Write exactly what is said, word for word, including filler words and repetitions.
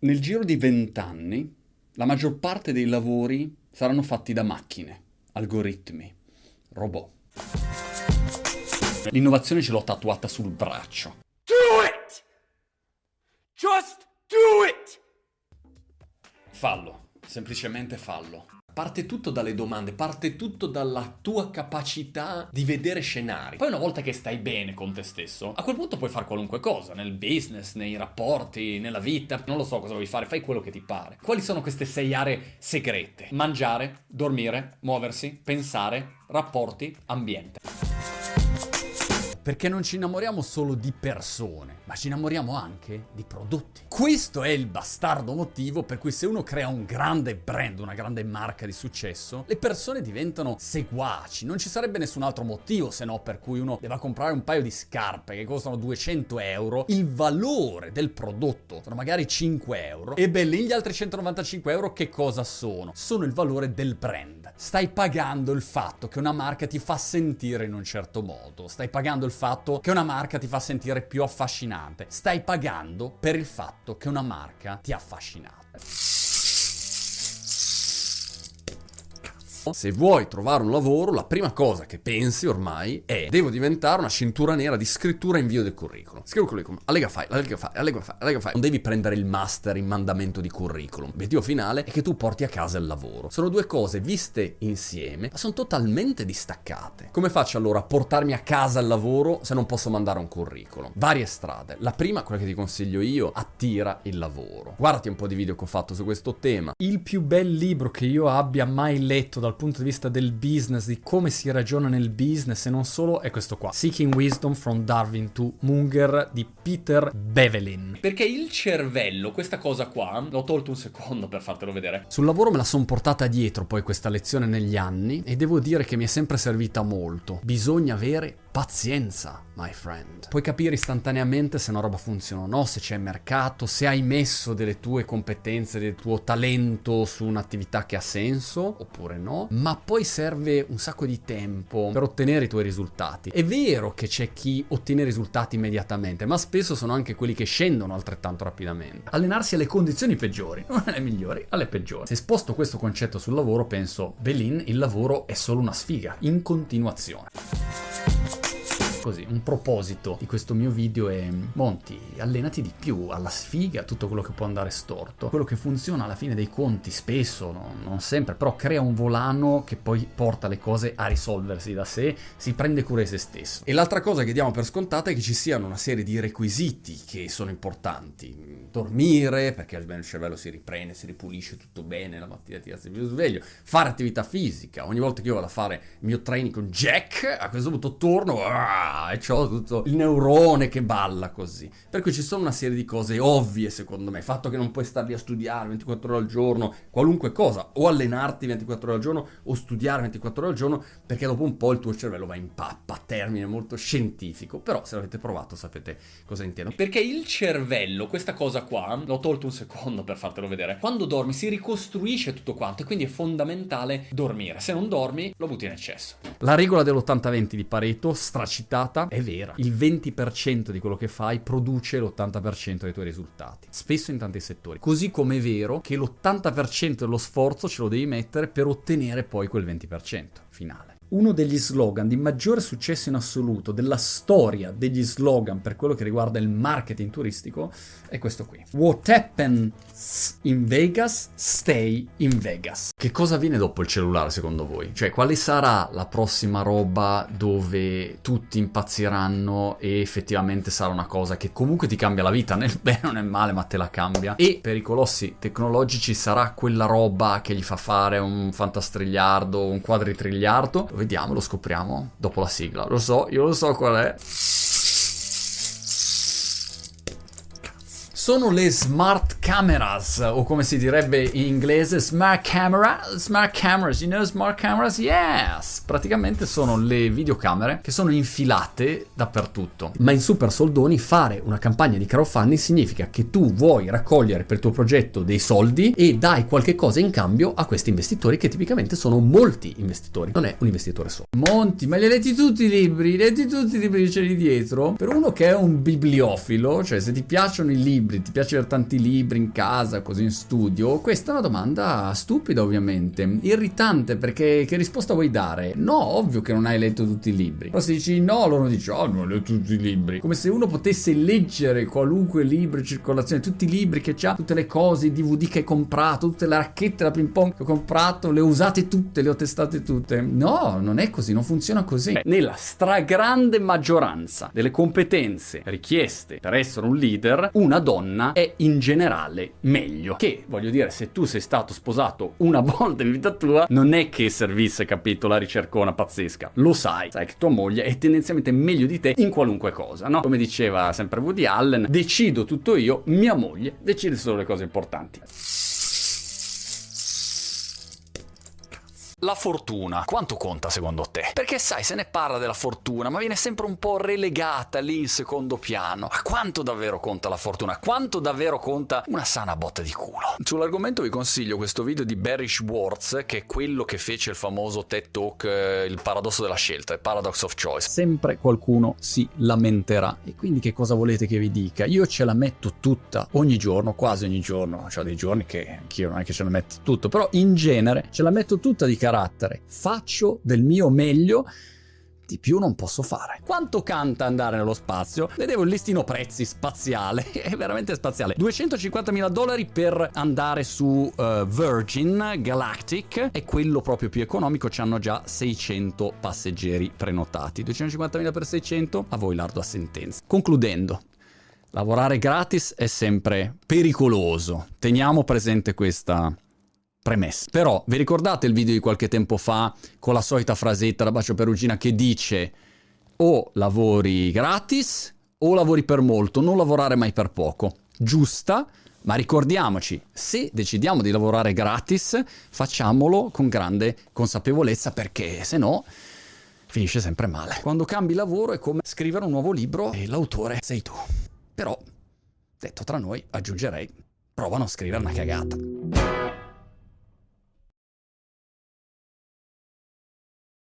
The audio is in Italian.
Nel giro di vent'anni la maggior parte dei lavori saranno fatti da macchine, algoritmi, robot. L'innovazione ce l'ho tatuata sul braccio. Do it! Just do it! Fallo, semplicemente fallo. Parte tutto dalle domande, parte tutto dalla tua capacità di vedere scenari. Poi una volta che stai bene con te stesso, a quel punto puoi fare qualunque cosa, nel business, nei rapporti, nella vita, non lo so cosa vuoi fare, fai quello che ti pare. Quali sono queste sei aree segrete? Mangiare, dormire, muoversi, pensare, rapporti, ambiente. Perché non ci innamoriamo solo di persone, ma ci innamoriamo anche di prodotti. Questo è il bastardo motivo per cui se uno crea un grande brand, una grande marca di successo, le persone diventano seguaci. Non ci sarebbe nessun altro motivo se no per cui uno deve comprare un paio di scarpe che costano duecento euro. Il valore del prodotto sono magari cinque euro. E beh, lì gli altri centonovantacinque euro che cosa sono? Sono il valore del brand. Stai pagando il fatto che una marca ti fa sentire in un certo modo. Stai pagando il fatto che una marca ti fa sentire più affascinante. Stai pagando per il fatto che una marca ti ha affascinato. Se vuoi trovare un lavoro, la prima cosa che pensi ormai è: devo diventare una cintura nera di scrittura e invio del curriculum. Scrivo il curriculum, allega file, allega file, allega file, allega file. Non devi prendere il master in mandamento di curriculum. L'obiettivo finale è che tu porti a casa il lavoro. Sono due cose viste insieme, ma sono totalmente distaccate. Come faccio allora a portarmi a casa il lavoro se non posso mandare un curriculum? Varie strade. La prima, quella che ti consiglio io, attira il lavoro. Guardati un po' di video che ho fatto su questo tema. Il più bel libro che io abbia mai letto dal punto di vista del business, di come si ragiona nel business e non solo, è questo qua, Seeking Wisdom from Darwin to Munger di Peter Bevelin. Perché il cervello, questa cosa qua, l'ho tolto un secondo per fartelo vedere. Sul lavoro me la son portata dietro poi questa lezione negli anni e devo dire che mi è sempre servita molto. Bisogna avere pazienza, my friend. Puoi capire istantaneamente se una roba funziona o no, se c'è mercato, se hai messo delle tue competenze, del tuo talento su un'attività che ha senso oppure no, ma poi serve un sacco di tempo per ottenere i tuoi risultati. È vero che c'è chi ottiene risultati immediatamente, ma spesso sono anche quelli che scendono altrettanto rapidamente. Allenarsi alle condizioni peggiori, non alle migliori, alle peggiori. Se sposto questo concetto sul lavoro, penso, Belin, il lavoro è solo una sfiga, in continuazione. Così, un proposito di questo mio video è: Monti, allenati di più alla sfiga, a tutto quello che può andare storto. Quello che funziona alla fine dei conti, spesso, no, non sempre, però crea un volano che poi porta le cose a risolversi da sé, si prende cura di se stesso. E l'altra cosa che diamo per scontata è che ci siano una serie di requisiti che sono importanti. Dormire, perché almeno il cervello si riprende, si ripulisce tutto bene, la mattina ti alzi più sveglio. Fare attività fisica. Ogni volta che io vado a fare il mio training con Jack, a questo punto torno e c'ho tutto il neurone che balla così. Per cui ci sono una serie di cose ovvie, secondo me. Il fatto che non puoi star lì a studiare ventiquattro ore al giorno, qualunque cosa, o allenarti ventiquattro ore al giorno o studiare ventiquattro ore al giorno, perché dopo un po' il tuo cervello va in pappa, termine molto scientifico. Però se l'avete provato sapete cosa intendo. Perché il cervello, questa cosa qua, l'ho tolto un secondo per fartelo vedere, quando dormi si ricostruisce tutto quanto e quindi è fondamentale dormire. Se non dormi lo butti in eccesso. La regola dell'ottanta venti di Pareto, stracitata, è vera. Il venti per cento di quello che fai produce l'ottanta per cento dei tuoi risultati, spesso in tanti settori. Così come è vero che l'ottanta per cento dello sforzo ce lo devi mettere per ottenere poi quel venti per cento finale. Uno degli slogan di maggiore successo in assoluto della storia degli slogan per quello che riguarda il marketing turistico è questo qui: What happens in Vegas, stay in Vegas. Che cosa viene dopo il cellulare secondo voi? Cioè, quale sarà la prossima roba dove tutti impazziranno e effettivamente sarà una cosa che comunque ti cambia la vita, nel bene o nel male, ma te la cambia? E per i colossi tecnologici sarà quella roba che gli fa fare un fantastrigliardo, un quadritrigliardo? Lo vediamo, lo scopriamo dopo la sigla. Lo so, io lo so qual è. Sono le smart cameras, o come si direbbe in inglese, smart camera, smart cameras, you know smart cameras? Yes! Praticamente sono le videocamere che sono infilate dappertutto. Ma in super soldoni fare una campagna di crowdfunding significa che tu vuoi raccogliere per il tuo progetto dei soldi e dai qualche cosa in cambio a questi investitori, che tipicamente sono molti investitori, non è un investitore solo. Monti, ma li hai letti tutti i libri? Li hai letti tutti i libri che c'è lì dietro? Per uno che è un bibliofilo, cioè se ti piacciono i libri, libri? Ti piace avere tanti libri in casa, così in studio? Questa è una domanda stupida, ovviamente, irritante, perché che risposta vuoi dare? No, ovvio che non hai letto tutti i libri. Però se dici no, loro dicono oh, non ho letto tutti i libri. Come se uno potesse leggere qualunque libro in circolazione, tutti i libri che c'ha, tutte le cose, i D V D che hai comprato, tutte le racchette da ping pong che ho comprato, le ho usate tutte, le ho testate tutte. No, non è così, non funziona così. Beh, nella stragrande maggioranza delle competenze richieste per essere un leader, una donna è in generale meglio. Che, voglio dire, se tu sei stato sposato una volta in vita tua, non è che servisse, capito, la ricercona pazzesca. Lo sai, sai che tua moglie è tendenzialmente meglio di te in qualunque cosa, no? Come diceva sempre Woody Allen, decido tutto io, mia moglie decide solo le cose importanti. La fortuna, quanto conta secondo te? Perché sai, se ne parla della fortuna, ma viene sempre un po' relegata lì in secondo piano. Ma quanto davvero conta la fortuna? Quanto davvero conta una sana botta di culo? Sull'argomento vi consiglio questo video di Barry Schwartz, che è quello che fece il famoso TED Talk, eh, il paradosso della scelta, il paradox of choice. Sempre qualcuno si lamenterà. E quindi che cosa volete che vi dica? Io ce la metto tutta, ogni giorno, quasi ogni giorno. C'ho dei giorni che anch'io non è che ce la metto tutto, però in genere ce la metto tutta di carattere. Faccio del mio meglio, di più non posso fare. Quanto canta andare nello spazio? Vedevo il listino prezzi spaziale, è veramente spaziale. duecentocinquantamila dollari per andare su uh, Virgin Galactic, è quello proprio più economico, c'hanno già seicento passeggeri prenotati. duecentocinquantamila per seicento, a voi l'ardua sentenza. Concludendo, lavorare gratis è sempre pericoloso. Teniamo presente questa premessa. Però vi ricordate il video di qualche tempo fa con la solita frasetta da Bacio Perugina che dice o lavori gratis o lavori per molto, non lavorare mai per poco. Giusta, ma ricordiamoci, se decidiamo di lavorare gratis, facciamolo con grande consapevolezza, perché se no finisce sempre male. Quando cambi lavoro è come scrivere un nuovo libro e l'autore sei tu. Però, detto tra noi, aggiungerei, prova a non scrivere una cagata.